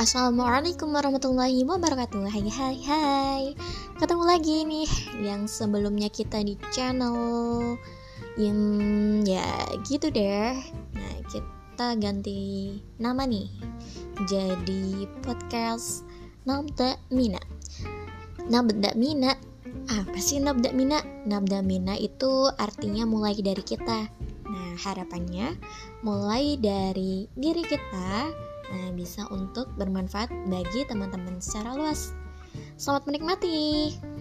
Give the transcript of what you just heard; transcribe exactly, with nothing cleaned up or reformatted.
Assalamualaikum warahmatullahi wabarakatuh. Hai hai hai. Ketemu lagi nih yang sebelumnya kita di channel yang ya gitu deh. Nah, kita ganti nama nih. Jadi podcast Nabda Mina. Nabda Mina. Apa sih Nabda Mina? Nabda Mina itu artinya mulai dari kita. Nah, harapannya mulai dari diri kita. Nah, bisa untuk bermanfaat bagi teman-teman secara luas. Selamat menikmati.